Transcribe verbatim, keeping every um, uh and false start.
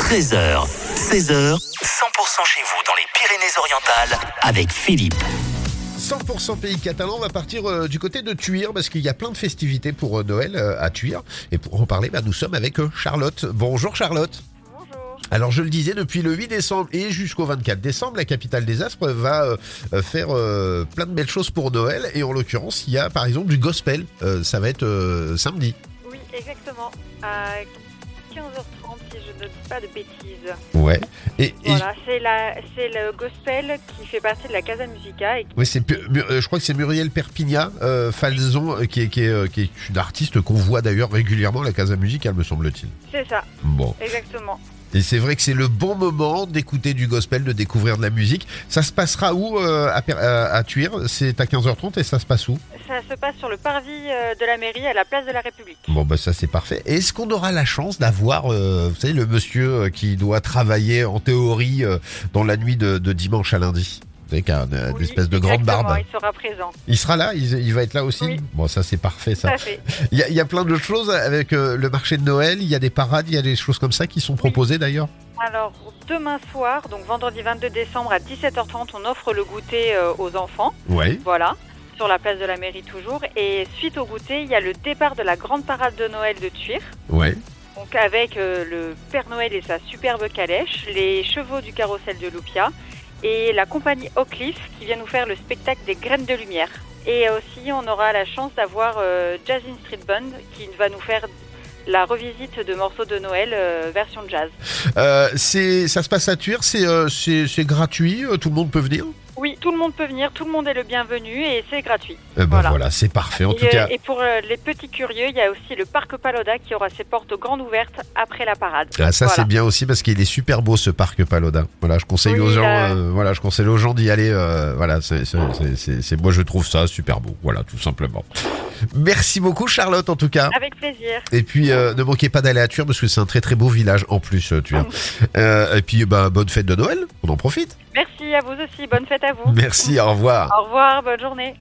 treize heures, seize heures, cent pour cent chez vous dans les Pyrénées-Orientales avec Philippe. cent pour cent pays catalan, on va partir euh, du côté de Tuir parce qu'il y a plein de festivités pour euh, Noël euh, à Tuir. Et pour en parler, bah, nous sommes avec euh, Charlotte. Bonjour Charlotte. Bonjour. Alors je le disais, depuis le huit décembre et jusqu'au vingt-quatre décembre, la capitale des Aspres va euh, faire euh, plein de belles choses pour Noël. Et en l'occurrence, il y a par exemple du gospel. Euh, ça va être euh, samedi. Oui, exactement. À quinze heures trente, si je ne dis pas de bêtises. Ouais. Et, et Voilà, c'est, la, c'est le gospel qui fait partie de la Casa Musica. Et qui... oui, c'est, je crois que c'est Muriel Perpigna euh, Falzon euh, qui, est, qui, est, euh, qui est une artiste qu'on voit d'ailleurs régulièrement à la Casa Musica, me semble-t-il. C'est ça. Bon. Exactement. Et c'est vrai que c'est le bon moment d'écouter du gospel, de découvrir de la musique. Ça se passera où euh, à, à, à Tuir? C'est à quinze heures trente et ça se passe où? Ça se passe sur le parvis de la mairie à la place de la République. Bon bah ça c'est parfait. Et est-ce qu'on aura la chance d'avoir, euh, vous savez, le monsieur qui doit travailler en théorie euh, dans la nuit de, de dimanche à lundi? Vous savez, qui a une, une Oui, espèce de grande barbe. Il sera présent. Il sera là, il, il va être là aussi. Oui. Bon, ça c'est parfait, ça. Tout à fait. Il y a, il y a plein de choses avec euh, le marché de Noël. Il y a des parades, il y a des choses comme ça qui sont proposées d'ailleurs. Alors, demain soir, donc vendredi vingt-deux décembre à dix-sept heures trente, on offre le goûter euh, aux enfants. Ouais. Voilà, sur la place de la mairie toujours. Et suite au goûter, il y a le départ de la grande parade de Noël de Tuir. Ouais. Donc avec euh, le Père Noël et sa superbe calèche, les chevaux du carrousel de Loupia et la compagnie Oakleaf qui vient nous faire le spectacle des graines de lumière. Et aussi, on aura la chance d'avoir euh, Jazzin Street Band qui va nous faire la revisite de morceaux de Noël euh, version jazz. Euh, c'est, ça se passe à Tuir, c'est, euh, c'est, c'est gratuit, euh, tout le monde peut venir? Oui, tout le monde peut venir, tout le monde est le bienvenu et c'est gratuit. Eh ben voilà. voilà, c'est parfait en et, tout cas. Et pour euh, les petits curieux, il y a aussi le parc Paloda qui aura ses portes grandes ouvertes après la parade. Ah, ça voilà. C'est bien aussi parce qu'il est super beau ce parc Paloda. Voilà, je conseille oui, aux gens, là... euh, voilà, je conseille aux gens d'y aller. Euh, voilà, c'est, c'est, c'est, c'est, c'est, moi je trouve ça super beau. Voilà, tout simplement. Merci beaucoup Charlotte en tout cas. Avec plaisir. Et puis euh, ne manquez pas d'aller à Tuir parce que c'est un très très beau village en plus euh, Tuir. euh, et puis bah, bonne fête de Noël, on en profite. Merci à vous aussi, bonne fête à vous. Merci, au revoir. Au revoir, bonne journée.